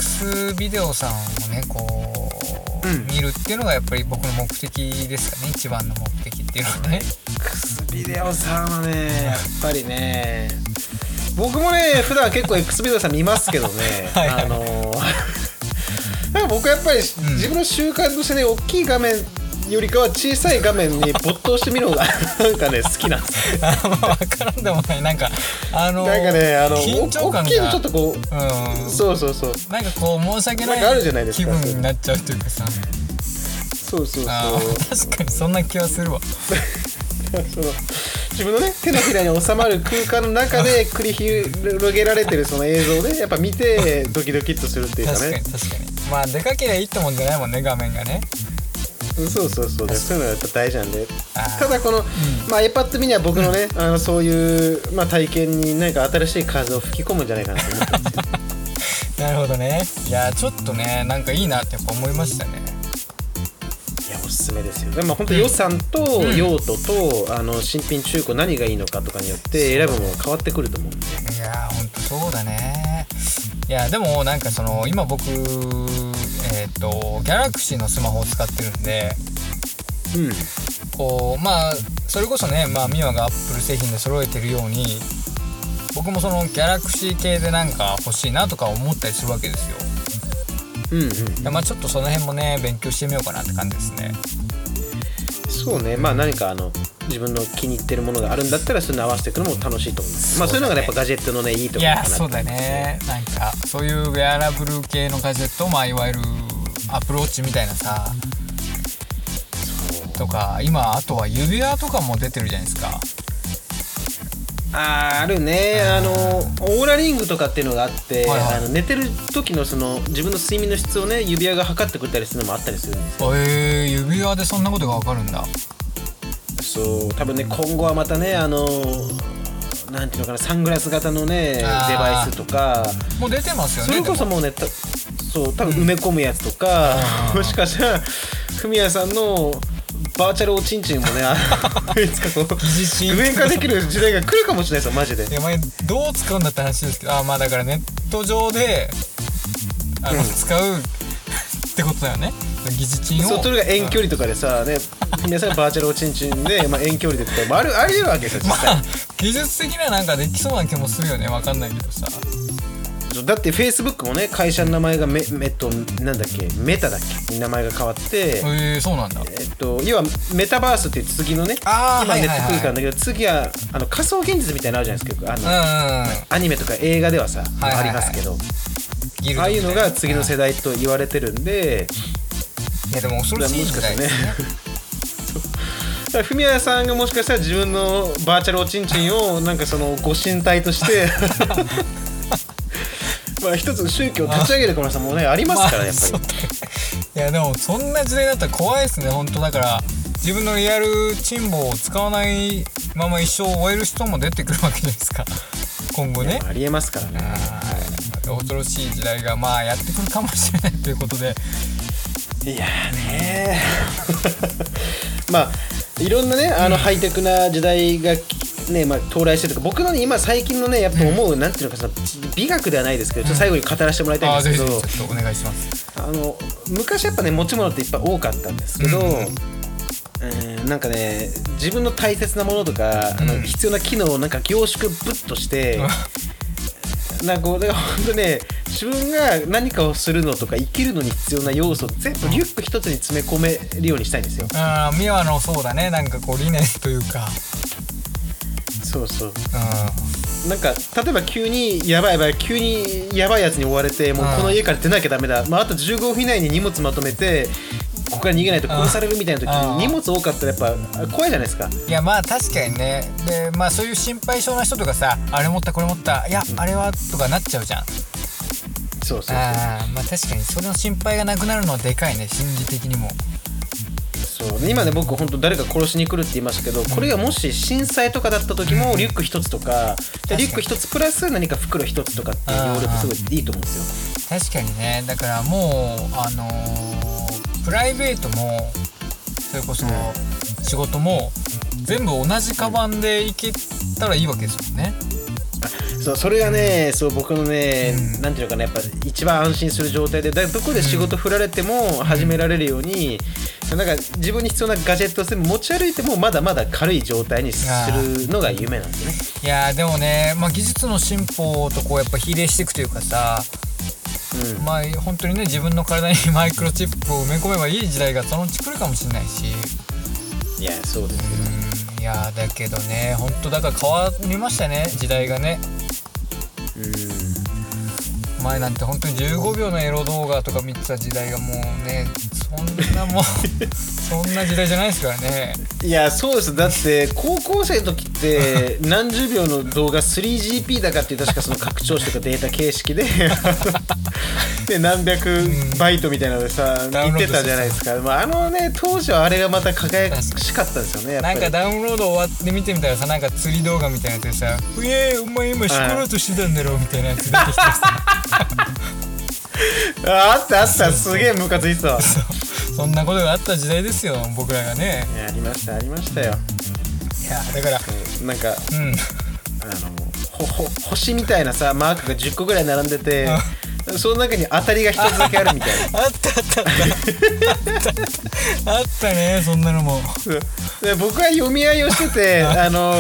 Speaker 1: X ビデオさんをねこう、うん、見るっていうのがやっぱり僕の目的ですかね。一番の目的っていうのはね
Speaker 2: X ビデオさんはねやっぱりね僕もね普段結構 X ビデオさん見ますけどねはい、はい、あのなんか僕やっぱり自分の習慣としてね大きい画面よりかは小さい画面に没頭してみるのがなんかね好きなんですよ。
Speaker 1: あ分からんでもないなんかあのー、
Speaker 2: なんかねあの
Speaker 1: 緊張感が
Speaker 2: 大きいのちょっとこう、うん、そうそうそう
Speaker 1: なんかこう申し訳ない気分になっちゃうというかさ
Speaker 2: そうそうそう
Speaker 1: 確かにそんな気はするわ
Speaker 2: その自分のね手のひらに収まる空間の中で繰り広げられてるその映像でやっぱ見てドキドキっとするっていうかね。
Speaker 1: 確かに確かにまあ出かけりゃいいってもんじゃないもんね画面がね。
Speaker 2: そうそうそうでそういうのがやっぱ大事なんで、ただこの、うんまあ、iPad mini は僕のね、うん、あのそういう、まあ、体験に何か新しい風を吹き込むんじゃないかなと思ってますよ
Speaker 1: なるほどね。いやちょっとねなんかいいなってやっぱ思いましたね。
Speaker 2: いやおすすめですよ。でも本当予算と用途と、うん、あの新品中古何がいいのかとかによって選ぶもの変わってくると思うんで。
Speaker 1: いや本当そうだね。いやでもなんかその今僕えっとギャラクシーのスマホを使ってるんで、うん、こうまあそれこそねまあミワがアップル製品で揃えてるように僕もそのギャラクシー系でなんか欲しいなとか思ったりするわけですよ。うんうん。まあちょっとその辺もね勉強してみようかなって感じですね。
Speaker 2: そそうね、まあ何かあの自分の気に入ってるものがあるんだったらそれに合わせていくのも楽しいと思います。まあそういうのが、ね、やっぱガジェットのねいいところかなと。
Speaker 1: いやそうだね。なんかそういうウェアラブル系のガジェット、まあいわゆるアプローチみたいなさとか、今あとは指輪とかも出てるじゃないですか。
Speaker 2: あーあるね。あのオーラリングとかっていうのがあって、はいはい、あの寝てる時のその自分の睡眠の質をね指輪が測ってくれたりするのもあったりするんですよ。
Speaker 1: えー、指輪でそんなことが分かるんだ。
Speaker 2: そう多分ね今後はまたねあのなんていうのかなサングラス型のねデバイスとか
Speaker 1: もう出てますよね。
Speaker 2: それこそもうねたそう多分埋め込むやつとか、うん、もしかしたらフミヤさんのバーチャルおちんちんもねいつかこう具現化できる時代が来るかもしれないですよマジで。
Speaker 1: いやまあどう使うんだって話ですけど、あまあだからネット上であの、うん、使うってことだよね。疑似チンを
Speaker 2: そうそれが遠距離とかでさね皆さんバーチャルおちんちんで、まあ、遠距離でとか、まあ、あるあり得るわけですよ実際、
Speaker 1: まあ、技術的にはなんかできそうな気もするよね。わかんないけどさ。
Speaker 2: だってフェイスブックもね会社の名前がメメットなんだっけメタだっけ名前が変わって、
Speaker 1: えー、そうなんだ。
Speaker 2: えっと要はメタバースっていう次のね今ネット空間だけど次はあの仮想現実みたいなのあるじゃないですか。あの、うんうん、アニメとか映画ではさ、はいはいはい、ありますけどああいうのが次の世代と言われてるんで、
Speaker 1: いやでも恐ろしい時代ですね。
Speaker 2: フミヤさんがもしかしたら自分のバーチャルおちんちんをなんかそのご神体としてまあ一つ宗教を立ち上げる可能性もねありますから、やっぱり。
Speaker 1: いやでもそんな時代だったら怖いですね本当。だから自分のリアルチンボを使わないまま一生を終える人も出てくるわけじゃないですか今後ね。
Speaker 2: ありえますからね。
Speaker 1: 恐ろしい時代がまあやってくるかもしれないということで。
Speaker 2: いやねまあいろんなねあのハイテクな時代がね、まあ、到来してるとか僕の、ね、今最近のねやっぱ思う、うん、なんていうのかさ美学ではないですけど、ちょっと最後に語らせてもらいたいんですけど、
Speaker 1: うん、あ、ぜひちょっとお願いします。
Speaker 2: あの昔やっぱね持ち物っていっぱい多かったんですけど、うんえー、なんかね自分の大切なものとか、うん、あの必要な機能をなんか凝縮ぶっとして、うん、なんかこうだから本当ね自分が何かをするのとか生きるのに必要な要素を全部リュック一つに詰め込めるようにしたいんですよ。
Speaker 1: ああ、ミワのそうだね、なんかこう理念というか。
Speaker 2: そうそう。うん、なんか例えば急にやばいやばい急にやばいやつに追われてもうこの家から出なきゃダメだ。まああとじゅうごふん以内に荷物まとめてここから逃げないと殺されるみたいな時に荷物多かったらやっぱ怖いじゃないですか。
Speaker 1: いやまあ確かにね。でまあそういう心配性な人とかさ、あれ持ったこれ持ったいや、うん、あれはとかなっちゃうじゃん。
Speaker 2: そうそうそう。
Speaker 1: あまあ確かにそれの心配がなくなるのはでかいね、心理的にも。
Speaker 2: そう今ね僕本当誰か殺しに来るって言いましたけど、うん、これがもし震災とかだった時もリュック一つとか、うん、リュック一つプラス何か袋一つとかっていう要領ってすごいいいと思うんです
Speaker 1: よ。確かにね。だからもうあのー、プライベートもそれこそ仕事も全部同じカバンで行けたらいいわけですもんね。
Speaker 2: そうそれがね、そう僕のね、うん、なんていうのかな、やっぱ一番安心する状態で、だどこで仕事振られても始められるように、うん、なんか自分に必要なガジェットを全部持ち歩いてもまだまだ軽い状態にするのが夢なんです
Speaker 1: ね。いやでもね、まあ、技術の進歩とこうやっぱ比例していくというかさ、うん、まあ本当にね自分の体にマイクロチップを埋め込めばいい時代がそのうち来るかもしれないし。
Speaker 2: いやそうですよ、
Speaker 1: うん、いやだけどね本当だから変わりましたね時代がね。うん前なんて本当にじゅうごびょうのエロ動画とか見てた時代がもうねそんなもうそんな時代じゃないですからね。
Speaker 2: いやそうです。だって高校生の時って何十秒の動画 スリージーピー だかっていう確かその拡張子とかデータ形式でで何百バイトみたいなのでさ見てたじゃないですか。まあ、あのね当時はあれがまた輝かしかったんですよね。やっぱり
Speaker 1: なんかダウンロード終わって見てみたらさ、なんか釣り動画みたいなやつでさ「うえーお前今しころうとしてたんだろ」みたいなやつ出てきてさ
Speaker 2: あったあった。すげえムカついてたわ。
Speaker 1: そんなことがあった時代ですよ僕らがね。
Speaker 2: いやありましたありましたよ。
Speaker 1: いやだから、
Speaker 2: うん、なんか、うん、あのほほ星みたいなさマークがじゅっこぐらい並んでてその中に当たりがひとつだけあるみたいな
Speaker 1: あったあったあったあったねそんなのも。
Speaker 2: で僕は読み合いをしててあの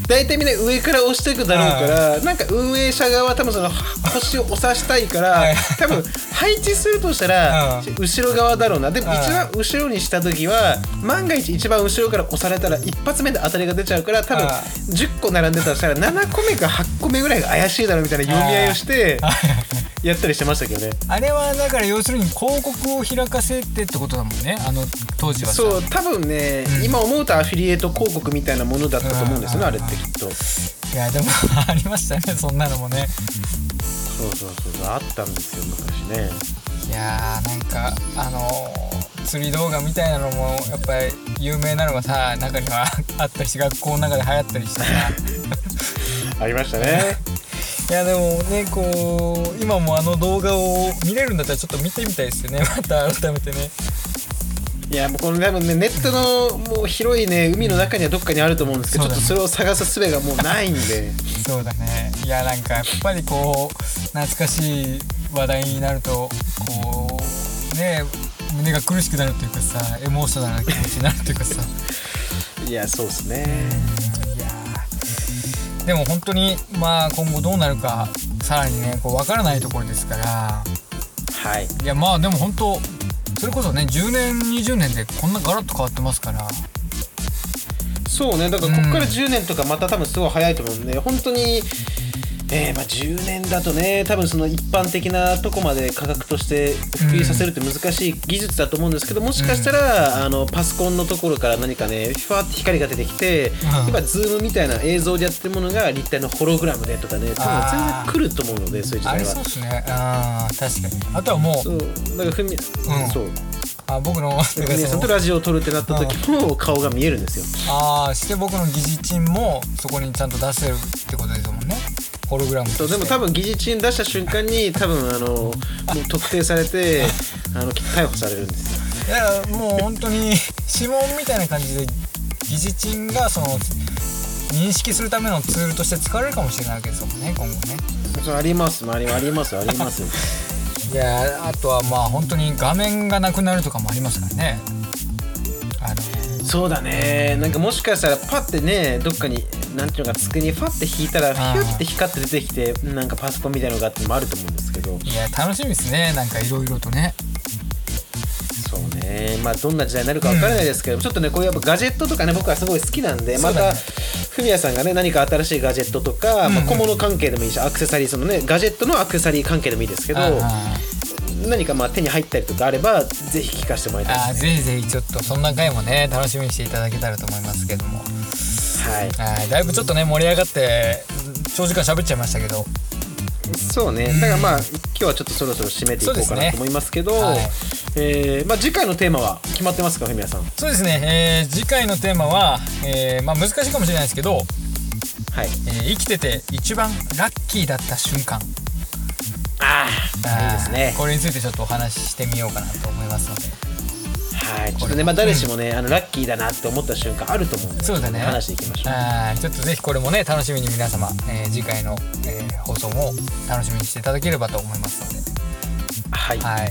Speaker 2: 大体みんな上から押していくだろうから、なんか運営者側は多分その星を押さしたいから、多分配置するとしたら後ろ側だろうな。でも一番後ろにした時は万が一一番後ろから押されたら一発目で当たりが出ちゃうから、多分じゅっこ並んでたとしたらななこめかはっこめぐらいが怪しいだろうみたいな読み合いをしてやったりしてましたけどね。
Speaker 1: あれはだから要するに広告を開かせてってことだもんね、あの当時は。
Speaker 2: そう多分ね、うん、今思うとアフィリエイト広告みたいなものだったと思うんですよね、あれってきっと。
Speaker 1: いやでもありましたね、そんなのもね。
Speaker 2: そうそうそうあったんですよ昔ね。
Speaker 1: いやーなんかあのー、釣り動画みたいなのもやっぱり有名なのがさ中にはあったりして、学校の中で流行ったりしてさ
Speaker 2: ありましたね。
Speaker 1: いやでもねこう今もあの動画を見れるんだったらちょっと見てみたいですよね、また改めてね。
Speaker 2: いやもうこの多分ねネットのもう広いね海の中にはどっかにあると思うんですけど、ちょっとそれを探す術がもうないんで。
Speaker 1: そうだね。いやなんかやっぱりこう懐かしい話題になるとこうね胸が苦しくなるというかさ、エモーショナルな気持ちになるというかさ
Speaker 2: いやそうですね。
Speaker 1: いやでも本当にまあ今後どうなるかさらにねこう分からないところですから。
Speaker 2: はい。
Speaker 1: いやまあでも本当それこそねじゅうねんにじゅうねんでこんなガラッと変わってますから。
Speaker 2: そうね、だからここからじゅうねんとかまた多分すごい早いと思うんで、本当に、えー、まあじゅうねんだとね多分その一般的なとこまで価格として普及させるって難しい技術だと思うんですけど、もしかしたら、うん、あのパソコンのところから何かねふわって光が出てきて、うん、今ズームみたいな映像でやってるものが立体のホログラムでとかね多分全然来ると思うので、そういう時代は。
Speaker 1: そうですね。あ確かに。あとはもう
Speaker 2: そうだからふみ、うん、そう
Speaker 1: あ僕の
Speaker 2: ふみやさんとラジオを撮るってなった時も顔が見えるんですよ。
Speaker 1: ああして僕の疑似チンもそこにちゃんと出せるってことですもんね、ホログラムとして。
Speaker 2: そうでも多分疑似チン出した瞬間に多分あのもう特定されてあの逮捕されるんですよ。
Speaker 1: いやもう本当に指紋みたいな感じで疑似チンがその認識するためのツールとして使われるかもしれないわけですもんね今後ね。
Speaker 2: そうありますありますあります
Speaker 1: いやあとはまあ本当に画面がなくなるとかもありますからね。あの
Speaker 2: そうだね。なんかもしかしたらパッてねどっかになんていうのか机にファッて引いたらヒュッて光って出てきてなんかパソコンみたいなのがあってもあると思うんですけど。
Speaker 1: いや楽しみですね、なんかいろいろとね。
Speaker 2: そうね、まあどんな時代になるか分からないですけど、うん、ちょっとねこういうやっぱガジェットとかね僕はすごい好きなんで、またフミヤさんがね何か新しいガジェットとか、うんまあ、小物関係でもいいしアクセサリーそのねガジェットのアクセサリー関係でもいいですけど、何かまあ手に入ったりとかあればぜひ聞かせてもらいたいです、ね、
Speaker 1: あぜひぜひちょっとそんな回もね楽しみにしていただけたらと思いますけども、はい、だいぶちょっとね盛り上がって長時間喋っちゃいましたけど。
Speaker 2: そうね、だからまあ今日はちょっとそろそろ締めていこうかなと思いますけど、はいえーまあ、次回のテーマは決まってますか、ふみやさん。
Speaker 1: そうですね、えー、次回のテーマは、えーまあ、難しいかもしれないですけど、はいえー、生きてて一番ラッキーだった瞬間。
Speaker 2: ああいいですね。
Speaker 1: これについてちょっとお話ししてみようかなと思いますので、
Speaker 2: はい、ちょっとね、まあ、誰しもね、うん、あのラッキーだなって思った瞬間あると思うんで、
Speaker 1: そうだね、
Speaker 2: 話していきましょう。
Speaker 1: あちょっとぜひこれもね楽しみに皆様、えー、次回の、えー、放送も楽しみにしていただければと思いますので、
Speaker 2: はい、はい、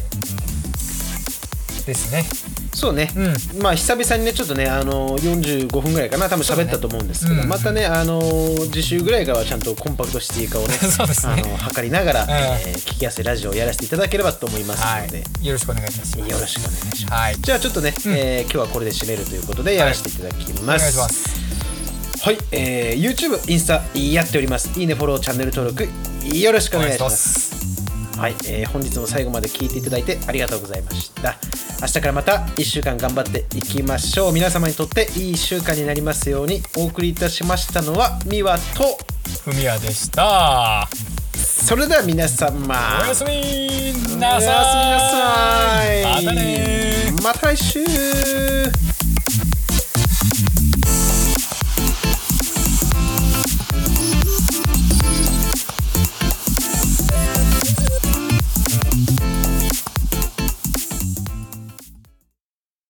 Speaker 1: ですね。
Speaker 2: そうね、うん、まあ久々にねちょっとねあのよんじゅうごふんぐらいかな多分喋ったと思うんですけど、ねうんうん、またねあの次週ぐらいからはちゃんとコンパクトシティ化をね
Speaker 1: そうですね、
Speaker 2: あの測りながら、うんえー、聞きやすいラジオをやらせていただければと思いますので、
Speaker 1: はい、よろしくお願いいたします。
Speaker 2: よろしくお願いします、
Speaker 1: はい、
Speaker 2: じゃあちょっとね、うんえー、今日はこれで締めるということでやらせていただきます、
Speaker 1: はい、お願いします。
Speaker 2: はい、えー、YouTube、インスタやっております。いいね、フォロー、チャンネル登録よろしくお願いします。はい、えー、本日も最後まで聞いていただいてありがとうございました。明日からまたいっしゅうかん頑張っていきましょう。皆様にとっていいいっしゅうかんになりますように。お送りいたしましたのはミワと
Speaker 1: フミヤでした。
Speaker 2: それでは皆様
Speaker 1: おやすみなさい。
Speaker 2: おやすみなさい。
Speaker 1: またね。
Speaker 2: また来週。